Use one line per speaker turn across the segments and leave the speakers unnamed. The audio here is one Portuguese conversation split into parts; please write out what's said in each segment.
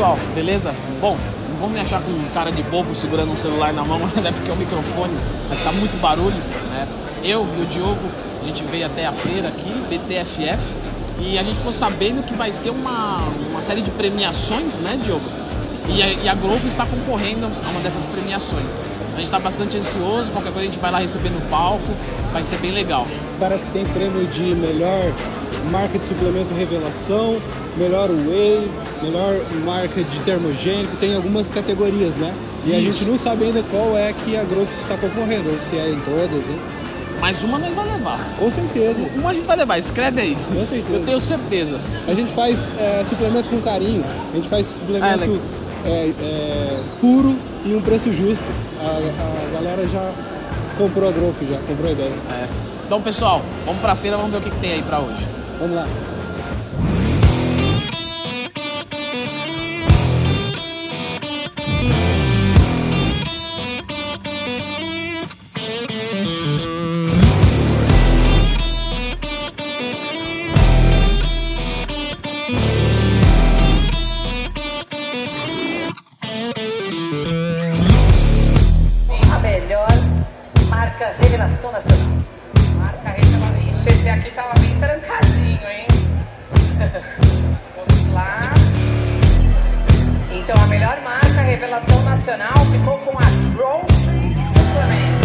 pessoal, beleza? Bom, não vão me achar com cara de bobo segurando um celular na mão, mas é porque o microfone tá muito barulho, né? Eu e o Diogo, a gente veio até a feira aqui, BTFF, e a gente ficou sabendo que vai ter uma série de premiações, né, Diogo? E a Growth está concorrendo a uma dessas premiações. A gente está bastante ansioso, qualquer coisa a gente vai lá receber no palco, vai ser bem legal.
Parece que tem prêmio de melhor marca de suplemento revelação, melhor whey, melhor marca de termogênico, tem algumas categorias, né? E a gente não sabe ainda qual é que a Growth está concorrendo, ou se é em todas, né?
Mas uma nós vamos levar.
Com certeza.
Uma a gente vai levar, escreve aí.
Com certeza.
Eu tenho certeza.
A gente faz suplemento com carinho, a gente faz suplemento puro e um preço justo. A galera já comprou a Growth, já comprou a ideia.
Então, pessoal, vamos pra feira, vamos ver o que tem aí pra hoje.
Vamos lá.
A melhor marca revelação nacional. Marca revelação. Ixi, esse aqui tava bem trancadinho, hein? Vamos lá. Então, a melhor marca revelação nacional ficou com a Growth Supplement.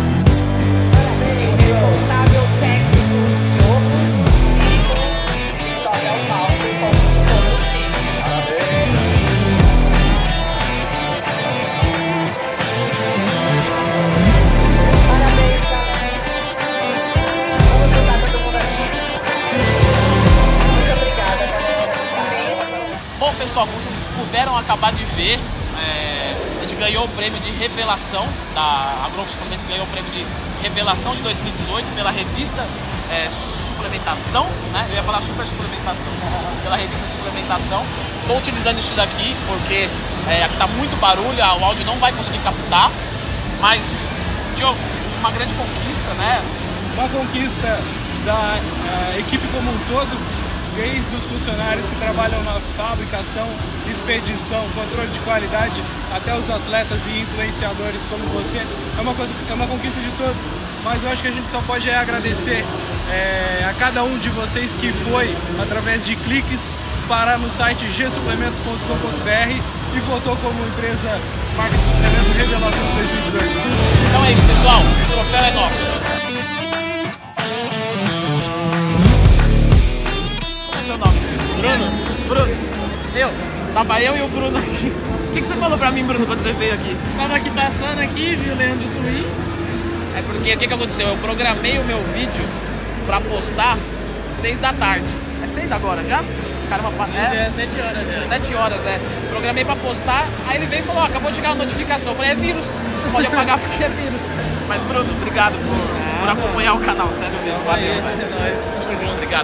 E o responsável técnico Diogo sobe ao palco com todo o time. Parabéns, galera. Vamos juntar todo mundo aqui. Muito obrigada, galera. Parabéns.
Bom, pessoal, como vocês puderam acabar de ver, a gente ganhou o prêmio de revelação, a Growth Suplementos ganhou o prêmio de revelação de 2018 pela revista Suplementação, né? Eu ia falar Super Suplementação, pela revista Suplementação. Estou utilizando isso daqui porque aqui tá muito barulho, o áudio não vai conseguir captar, mas, Diogo, uma grande conquista, né?
Uma conquista da equipe como um todo, desde os funcionários que trabalham na fabricação, expedição, controle de qualidade, até os atletas e influenciadores como você. É uma conquista de todos, mas eu acho que a gente só pode agradecer a cada um de vocês que foi, através de cliques, parar no site gsuplementos.com.br e votou como empresa marca de suplemento revelação de 2018.
Então é isso, pessoal, o troféu é nosso. Qual é seu nome, filho?
Bruno?
Bruno, tava eu e o Bruno aqui. O que você falou pra mim, Bruno, quando você veio aqui?
Tava aqui passando aqui, vi o Leandro Twin.
É porque o que aconteceu? Eu programei o meu vídeo pra postar 6 da tarde. É 6 agora já? Caramba,
É 7 horas já.
7 horas, Programei pra postar, aí ele veio e falou, acabou de chegar a notificação. Eu falei, é vírus. Não pode apagar porque é vírus. Mas, Bruno, obrigado por acompanhar o canal, sério mesmo. Valeu, velho.
É nóis, tamo junto.
Obrigado.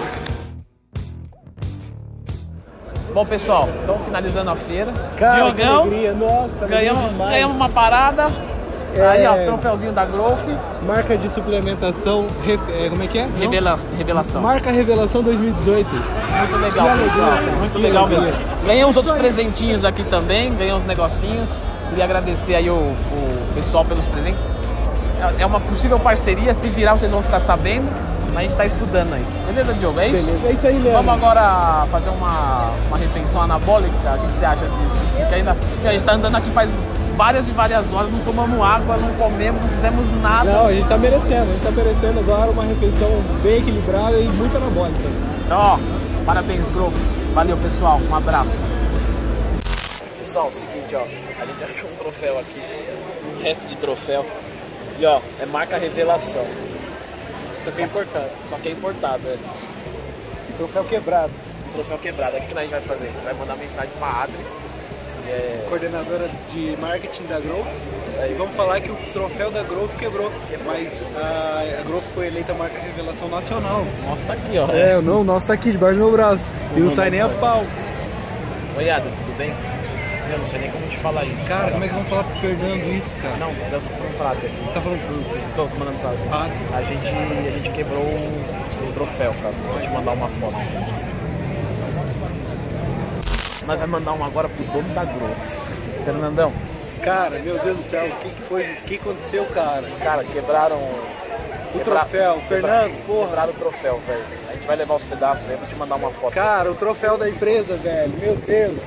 Bom, pessoal, estamos finalizando a feira.
Cara,
Diogão,
que alegria, nossa,
ganhamos uma parada. Aí, ó, troféuzinho da Growth.
Marca de suplementação, como é que é?
Revelação.
Marca Revelação 2018.
Muito legal,
Que alegria,
pessoal.
cara.
Muito
Que
legal
alegria.
mesmo. Ganhei uns outros presentinhos aqui também, ganhei uns negocinhos. Queria agradecer aí o pessoal pelos presentes. É uma possível parceria, se virar vocês vão ficar sabendo. Mas a gente tá estudando aí. Beleza, Diogo? É isso?
Beleza, é isso aí, Leandro.
Vamos agora fazer uma refeição anabólica? O que você acha disso? Porque ainda a gente tá andando aqui faz várias e várias horas, não tomamos água, não comemos, não fizemos nada.
Não, a gente tá merecendo agora uma refeição bem equilibrada e muito anabólica.
Então, ó, parabéns, Growth. Valeu, pessoal. Um abraço. Pessoal, é o seguinte, ó. A gente achou um troféu aqui, um resto de troféu. E, ó, é marca revelação.
Só que é importado.
Só que é importado,
Troféu quebrado.
Um troféu quebrado. O que a gente vai fazer? A gente vai mandar mensagem pra Adri.
Coordenadora de marketing da Growth. E vamos falar que o troféu da Growth quebrou. Mas a Growth foi eleita marca revelação nacional.
O nosso tá aqui, ó.
O nosso tá aqui debaixo do meu braço. E não sai nem a pau.
Oi, Adri, tudo bem? Eu não sei nem como te falar isso.
Cara, como é que vamos falar pro Fernando isso, cara?
Não, eu tô falando pra Adri aqui.
Tá falando pro
Tô mandando pra Adri. A gente quebrou um troféu, cara. Vou te mandar uma foto. nós vamos mandar um agora pro dono da Growth. Fernandão.
Cara, meu Deus do céu, o que foi? O que aconteceu, cara?
Cara, quebraram
O troféu, Fernando, porra.
Quebraram o troféu, velho. A gente vai levar os pedaços, eu vou te mandar uma foto.
Cara, o troféu da empresa, velho, meu Deus.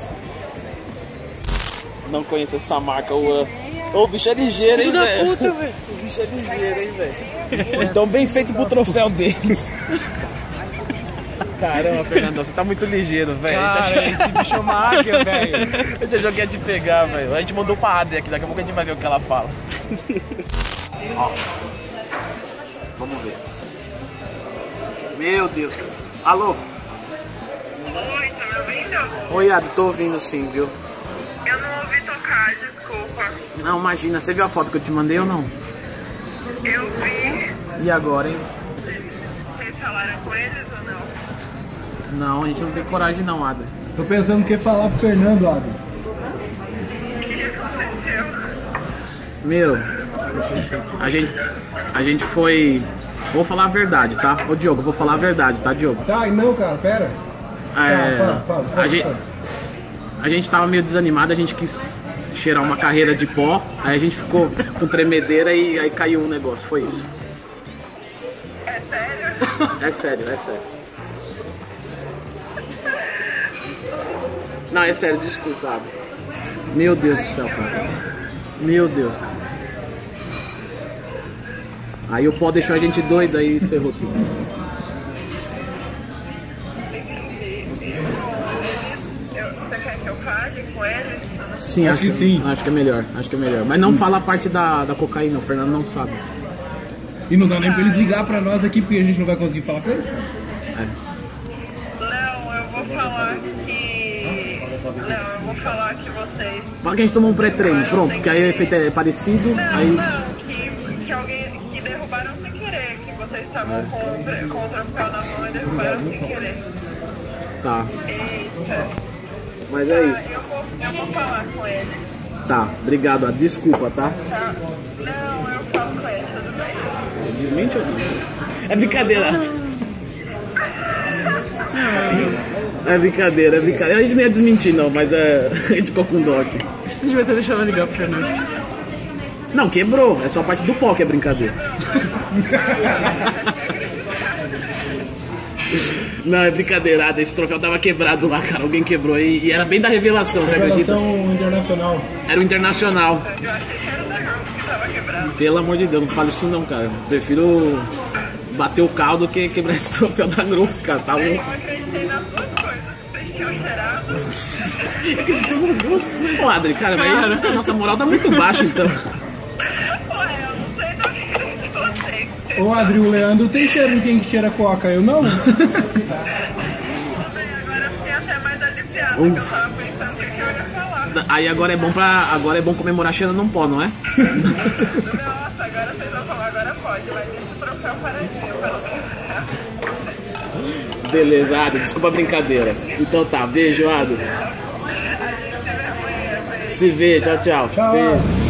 Não conheço essa marca, o bicho é ligeiro, hein, velho?
Puta, velho.
O bicho é ligeiro, hein, velho? Então, bem feito pro troféu deles. Caramba, Fernandão, você tá muito ligeiro, velho.
Cara, esse bicho é uma águia, velho.
Eu já joguei de pegar, velho. A gente mandou pra Adri aqui, daqui a pouco a gente vai ver o que ela fala. Ó. Vamos ver. Meu Deus. Alô?
Oi, tá me ouvindo?
Oi, Adri, tô ouvindo sim, viu?
Eu não ouvi tocar, desculpa.
Não, imagina, você viu a foto que eu te mandei ou não?
Eu vi.
E agora, hein?
Vocês falaram com eles ou não?
Não, a gente não tem coragem não, Adri.
Tô pensando o que falar pro Fernando, Adri.
O que aconteceu?
Meu, a gente foi... Vou falar a verdade, tá? Ô, Diogo, eu vou falar a verdade, tá, Diogo?
Tá, não, cara, pera. Fala.
A gente tava meio desanimado, a gente quis cheirar uma carreira de pó, aí a gente ficou com tremedeira e aí caiu um negócio, foi isso.
É sério?
É sério, é sério. Não, é sério, desculpa, Adri. Meu Deus do céu, cara. Meu Deus, cara. Aí o pó deixou a gente doido, aí ferrou tudo.
Você quer que eu fale com eles?
Sim, acho que sim. Acho que é melhor, Mas não fala a parte da cocaína, o Fernando não sabe.
E não dá nem pra eles ligar pra nós aqui, porque a gente não vai conseguir falar com eles.
Não, eu vou falar que... Não, eu vou falar que vocês...
Fala que a gente tomou um pré-treino, pronto, que aí o efeito é parecido, aí...
Não, que alguém... Que derrubaram sem querer, que vocês estavam com o troféu na mão e derrubaram sem querer.
Tá,
Eita.
mas é isso.
Eu vou falar com ele.
Tá, obrigado, desculpa, tá?
Tá? Não, eu falo com ele, tudo bem?
Desmente ou não? É brincadeira. É brincadeira. A gente não ia desmentir não, mas a gente ficou com dó aqui.
Você devia ter deixado ligar pro Fernando.
Não, quebrou, é só a parte do pó que é brincadeira. Não, é brincadeirada, esse troféu tava quebrado lá, cara, alguém quebrou e era bem da revelação, você acredita?
Revelação internacional.
Era o internacional.
Eu achei que era o da Growth que tava quebrado.
Pelo amor de Deus, não fale isso não, cara. Prefiro bater o carro do que quebrar esse troféu da Growth, cara, tá
Eu
louco.
acreditei nas duas coisas. Vocês tinham cheirado.
Ô, Adri, cara, mas a nossa moral tá muito baixa, então.
Ué, eu não sei do que vocês.
Ô, Adri, o Leandro tem cheiro de quem cheira coca, eu não?
Agora eu fiquei até mais aliviada, que eu tava pensando o que eu ia falar.
Aí agora é bom comemorar cheirando num pó, não é?
Nossa, agora vocês vão falar, agora pode, mas esse troféu parecia, pelo menos.
Beleza, Adri, desculpa a brincadeira. Então tá, beijo, Adri.
A gente se vê amanhã,
Se vê, tchau, tchau.
Tchau.
Beijo.